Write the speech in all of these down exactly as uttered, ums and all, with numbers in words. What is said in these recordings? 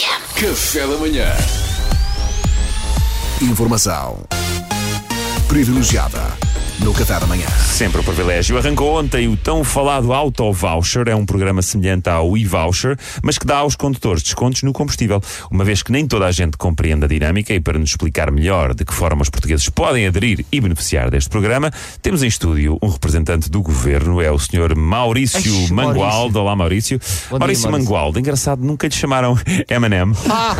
Café da manhã. Informação privilegiada no Café da manhã. Sempre o privilégio. Arrancou ontem o tão falado Auto Voucher. É um programa semelhante ao e-voucher, mas que dá aos condutores descontos no combustível. Uma vez que nem toda a gente compreende a dinâmica, e para nos explicar melhor de que forma os portugueses podem aderir e beneficiar deste programa, temos em estúdio um representante do governo, é o senhor Maurício Eish, Mangualde. Maurício. Olá, Maurício. Bom dia, Maurício Maurício. Mangualde. Engraçado, nunca lhe chamaram M and M. Ah,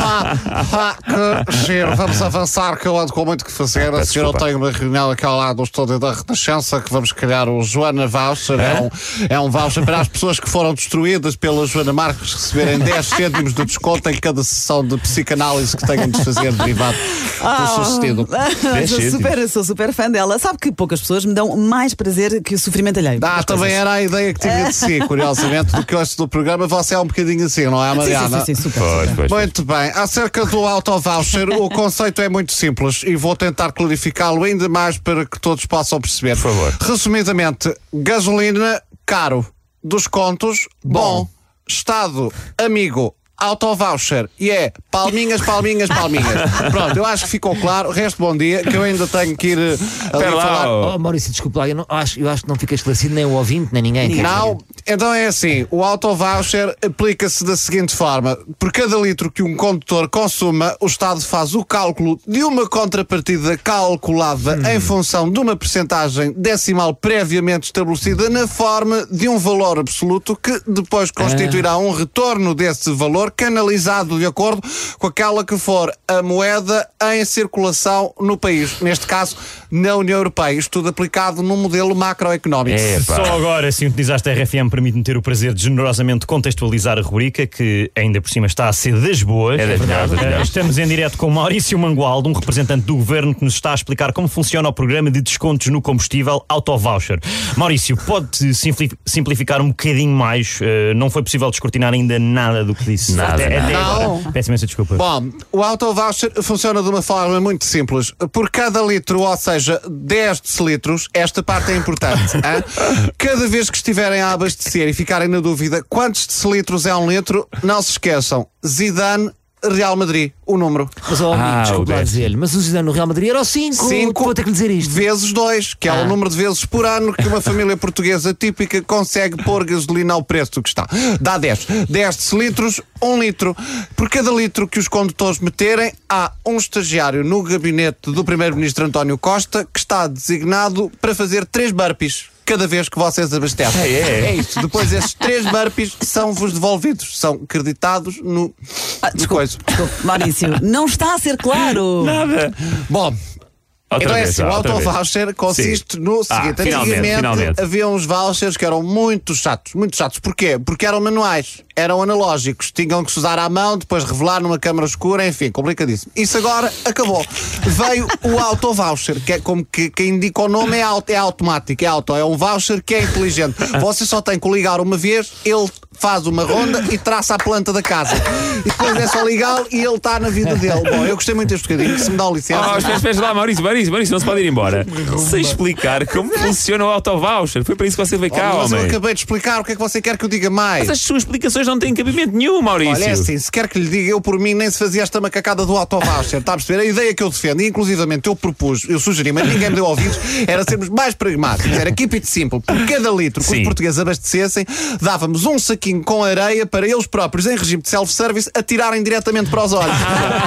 ah, ah, que giro. Vamos avançar, que eu ando com muito o que fazer. Ah, A seguir eu desculpa. tenho uma reunião aqui ao lado do estúdio da Renascença, que vamos criar o Joana Voucher. É um, é um voucher para as pessoas que foram destruídas pela Joana Marques receberem dez cêntimos de desconto em cada sessão de psicanálise que tenham de fazer derivado do sucedido. dez sou, cêntimos. super, sou super fã dela. Sabe que poucas pessoas me dão mais prazer que o sofrimento alheio. Ah, Das também coisas. era a ideia que tinha de si, curiosamente, do que hoje do programa. Você é um bocadinho assim, não é, Sim, Mariana? sim, sim, sim, super. Pois, super. pois, pois. Muito bem, acerca do auto-voucher, o conceito é muito simples e vou tentar clarificá-lo ainda mais para que todos possam perceber. Por favor. Resumidamente, gasolina, caro. Descontos, bom. Estado, amigo. Auto-voucher e é palminhas, palminhas, palminhas. Pronto, eu acho que ficou claro. Resto, bom dia, que eu ainda tenho que ir eh, ali Espera lá, falar. oh. Oh, Maurício, desculpa lá, eu, não, acho, eu acho que não fica esclarecido nem o ouvinte, nem ninguém. quer Não, dizer. então é assim, o auto-voucher aplica-se da seguinte forma: por cada litro que um condutor consuma, o Estado faz o cálculo de uma contrapartida calculada Hum. em função de uma percentagem decimal previamente estabelecida na forma de um valor absoluto que depois constituirá um retorno desse valor canalizado de acordo com aquela que for a moeda em circulação no país, neste caso na União Europeia, isto tudo aplicado num modelo macroeconómico. É, pá. Só agora, sintonizaste a R F M, permite-me ter o prazer de generosamente contextualizar a rubrica, que ainda por cima está a ser das boas. É das melhores, das Eh, melhores. Estamos em direto com Maurício Mangualde, um representante do governo que nos está a explicar como funciona o programa de descontos no combustível Auto Voucher. Maurício, pode simpli- simplificar um bocadinho mais? Eh, não foi possível descortinar ainda nada do que disse. Nada, Até, nada. até Não. agora. Peço imensa desculpa. Bom, o auto-voucher funciona de uma forma muito simples. Por cada litro, ou seja, dez decilitros, esta parte é importante. hã? Cada vez que estiverem a abastecer e ficarem na dúvida quantos decilitros é um litro, não se esqueçam. Zidane, Real Madrid, o número. Mas, oh, amigo, Ah, o desculpa lá décimo. dizer-lhe, mas o Zidane no Real Madrid era o cinco. Cinco Vou ter que lhe dizer isto. vezes dois, que é Ah. o número de vezes por ano que uma família portuguesa típica consegue pôr gasolina ao preço que está. Dá dez. dez decilitros, um litro. Por cada litro que os condutores meterem, há um estagiário no gabinete do primeiro-ministro António Costa que está designado para fazer três burpees cada vez que vocês abastecem. É, é. É isso. Depois esses três burpees são-vos devolvidos. São creditados no, Ah, no desculpe, coisa. desculpe, Maurício, não está a ser claro. Nada. Bom, Outra então é vez, assim, vá, o outra vez. auto-voucher consiste Sim. no Ah, seguinte: finalmente, antigamente finalmente. havia uns vouchers que eram muito chatos, muito chatos. Porquê? Porque eram manuais, eram analógicos, tinham que se usar à mão, depois revelar numa câmara escura, enfim, complicadíssimo. Isso agora acabou. Veio o auto-voucher, que é como que, que indica o nome, é, auto, é automático, é auto, é um voucher que é inteligente. Você só tem que o ligar uma vez, ele faz uma ronda e traça a planta da casa. E depois é só ligá-lo e ele está na vida dele. Bom, eu gostei muito deste bocadinho, se me dão licença. Oh, espera, espera lá, Maurício, Maurício, Maurício, não se pode ir embora sem explicar como funciona o auto-voucher. Foi para isso que você veio cá, Oh, mas eu homem. acabei de explicar, o que é que você quer que eu diga mais? Mas as suas explicações não têm cabimento nenhum, Maurício. Olha, é assim, se quer que lhe diga, eu por mim nem se fazia esta macacada do auto-voucher, está a perceber? A ideia que eu defendo, e inclusivamente eu propus, eu sugeri, mas ninguém me deu ouvidos, era sermos mais pragmáticos, era keep it simple. Por cada litro que Sim. os portugueses abastecessem, dávamos um saquinho com areia para eles próprios, em regime de self-service, atirarem diretamente para os olhos.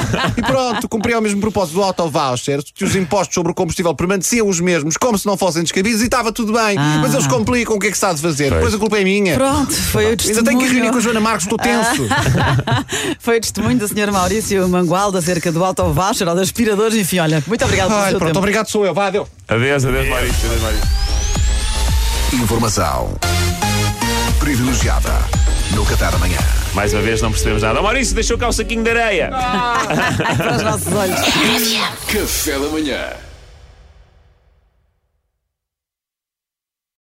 E pronto, cumpria o mesmo propósito do auto-voucher, que os impostos sobre o combustível permaneciam os mesmos, como se não fossem descabidos, e estava tudo bem. Ah. Mas eles complicam, o que é que se há de fazer? Depois a culpa é minha. Pronto, foi o Ainda testemunho. tenho que reunir com a Joana Marques, estou tenso. Foi o testemunho do senhor Maurício Mangualde acerca do auto-voucher ou de aspiradores. Enfim, olha, muito obrigado pelo Ai, seu pronto, tempo. obrigado, sou eu. Vá, deu. Adeus, adeus, Maurício, adeus, Maurício. Informação privilegiada no Café da manhã. Mais uma vez não percebemos nada. Oh, Maurício, deixou cá o saquinho de areia. Para os nossos olhos. Café da manhã.